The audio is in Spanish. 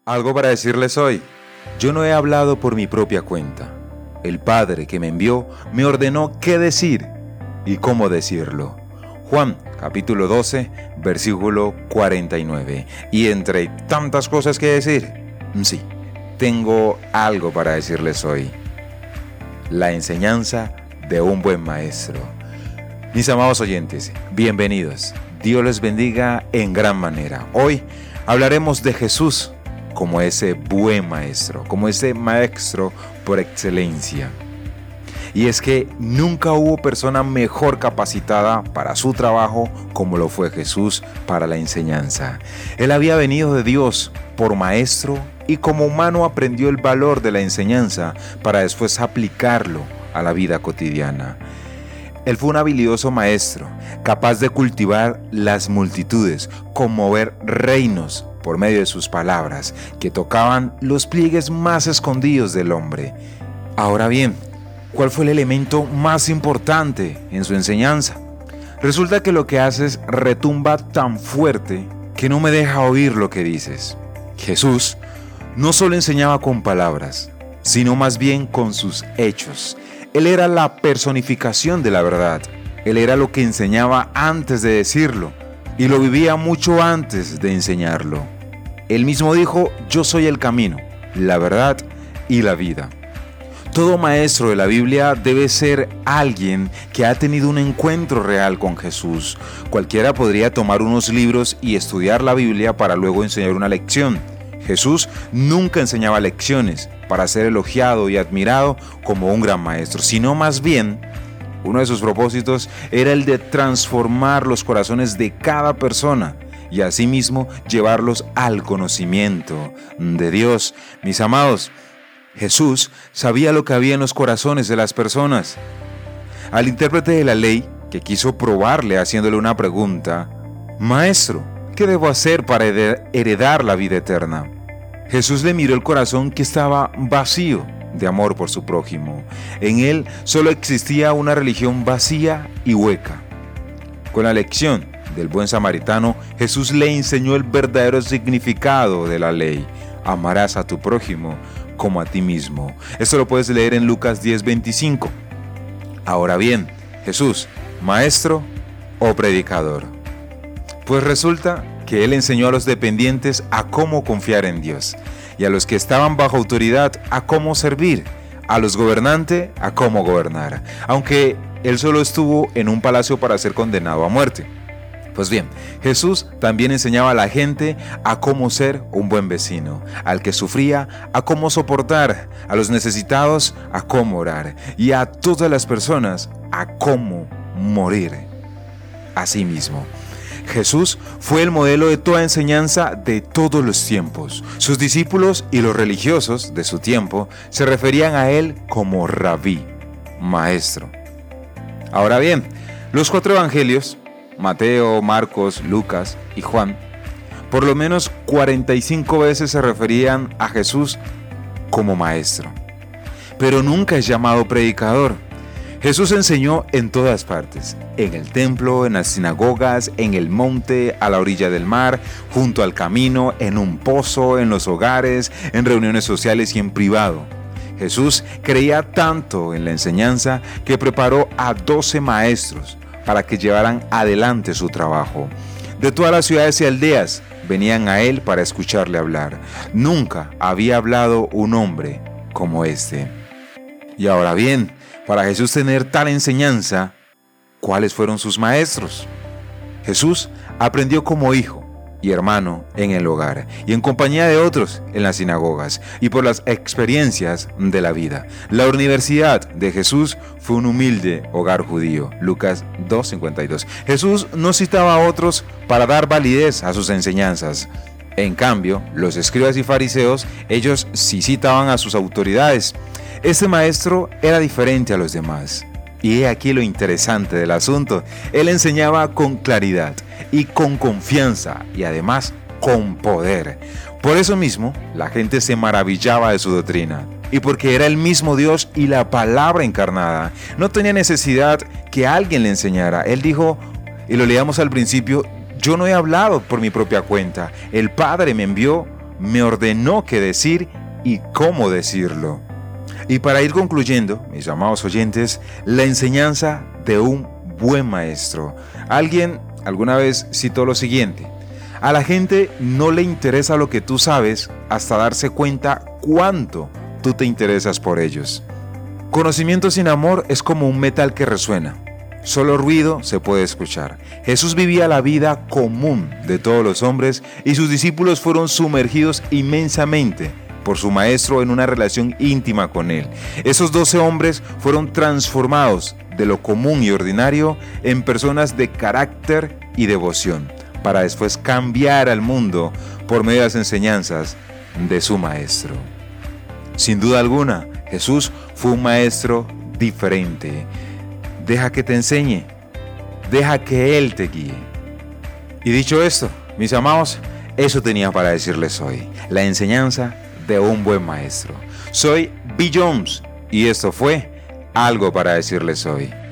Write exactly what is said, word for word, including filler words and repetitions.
Algo para decirles hoy. Yo no he hablado por mi propia cuenta. El Padre que me envió me ordenó qué decir y cómo decirlo. Juan, capítulo doce, versículo cuarenta y nueve. Y entre tantas cosas que decir, sí, tengo algo para decirles hoy. La enseñanza de un buen maestro. Mis amados oyentes, bienvenidos. Dios les bendiga en gran manera. Hoy hablaremos de Jesús como ese buen maestro, como ese maestro por excelencia. Y es que nunca hubo persona mejor capacitada para su trabajo como lo fue Jesús para la enseñanza. Él había venido de Dios por maestro y como humano aprendió el valor de la enseñanza para después aplicarlo a la vida cotidiana. Él fue un habilidoso maestro, capaz de cultivar las multitudes, conmover reinos por medio de sus palabras, que tocaban los pliegues más escondidos del hombre. Ahora bien, ¿cuál fue el elemento más importante en su enseñanza? Resulta que lo que haces retumba tan fuerte que no me deja oír lo que dices. Jesús no solo enseñaba con palabras, sino más bien con sus hechos. Él era la personificación de la verdad. Él era lo que enseñaba antes de decirlo y lo vivía mucho antes de enseñarlo. Él mismo dijo: yo soy el camino, la verdad y la vida. Todo maestro de la Biblia debe ser alguien que ha tenido un encuentro real con Jesús. Cualquiera podría tomar unos libros y estudiar la Biblia para luego enseñar una lección. Jesús nunca enseñaba lecciones para ser elogiado y admirado como un gran maestro, sino más bien, uno de sus propósitos era el de transformar los corazones de cada persona y asimismo llevarlos al conocimiento de Dios. Mis amados, Jesús sabía lo que había en los corazones de las personas. Al intérprete de la ley, que quiso probarle haciéndole una pregunta: Maestro, ¿qué debo hacer para heredar la vida eterna? Jesús le miró el corazón que estaba vacío de amor por su prójimo. En él solo existía una religión vacía y hueca. Con la lección del buen samaritano, Jesús le enseñó el verdadero significado de la ley: amarás a tu prójimo como a ti mismo. Esto lo puedes leer en Lucas diez veinticinco. Ahora bien, Jesús, ¿maestro o predicador? Pues resulta que Él enseñó a los dependientes a cómo confiar en Dios, y a los que estaban bajo autoridad a cómo servir, a los gobernantes a cómo gobernar, aunque Él solo estuvo en un palacio para ser condenado a muerte. Pues bien, Jesús también enseñaba a la gente a cómo ser un buen vecino, al que sufría a cómo soportar, a los necesitados a cómo orar, y a todas las personas a cómo morir. Asimismo, Jesús fue el modelo de toda enseñanza de todos los tiempos. Sus discípulos y los religiosos de su tiempo se referían a Él como Rabí, maestro. Ahora bien, los cuatro evangelios, Mateo, Marcos, Lucas y Juan, por lo menos cuarenta y cinco veces se referían a Jesús como maestro, pero nunca es llamado predicador. Jesús enseñó en todas partes, en el templo, en las sinagogas, en el monte, a la orilla del mar, junto al camino, en un pozo, en los hogares, en reuniones sociales y en privado. Jesús creía tanto en la enseñanza que preparó a doce maestros para que llevaran adelante su trabajo. De todas las ciudades y aldeas venían a Él para escucharle hablar. Nunca había hablado un hombre como este. Y ahora bien, para Jesús tener tal enseñanza, ¿cuáles fueron sus maestros? Jesús aprendió como hijo y hermano en el hogar y en compañía de otros en las sinagogas y por las experiencias de la vida. La universidad de Jesús fue un humilde hogar judío. Lucas dos cincuenta y dos. Jesús no citaba a otros para dar validez a sus enseñanzas. En cambio, los escribas y fariseos, ellos sí citaban a sus autoridades. Este maestro era diferente a los demás. Y he aquí lo interesante del asunto. Él enseñaba con claridad y con confianza y además con poder. Por eso mismo, la gente se maravillaba de su doctrina. Y porque era el mismo Dios y la palabra encarnada, no tenía necesidad que alguien le enseñara. Él dijo, y lo leíamos al principio: yo no he hablado por mi propia cuenta. El Padre me envió me ordenó qué decir y cómo decirlo. Y para ir concluyendo, mis amados oyentes, la enseñanza de un buen maestro. Alguien alguna vez citó lo siguiente: a la gente no le interesa lo que tú sabes hasta darse cuenta cuánto tú te interesas por ellos. Conocimiento sin amor es como un metal que resuena. Solo ruido se puede escuchar. Jesús vivía la vida común de todos los hombres y sus discípulos fueron sumergidos inmensamente por su maestro en una relación íntima con él. Esos doce hombres fueron transformados de lo común y ordinario en personas de carácter y devoción, para después cambiar al mundo por medio de las enseñanzas de su maestro. Sin duda alguna, Jesús fue un maestro diferente. Deja que te enseñe, deja que Él te guíe. Y dicho esto, mis amados, eso tenía para decirles hoy, la enseñanza de un buen maestro. Soy Bill Jones y esto fue Algo para decirles hoy.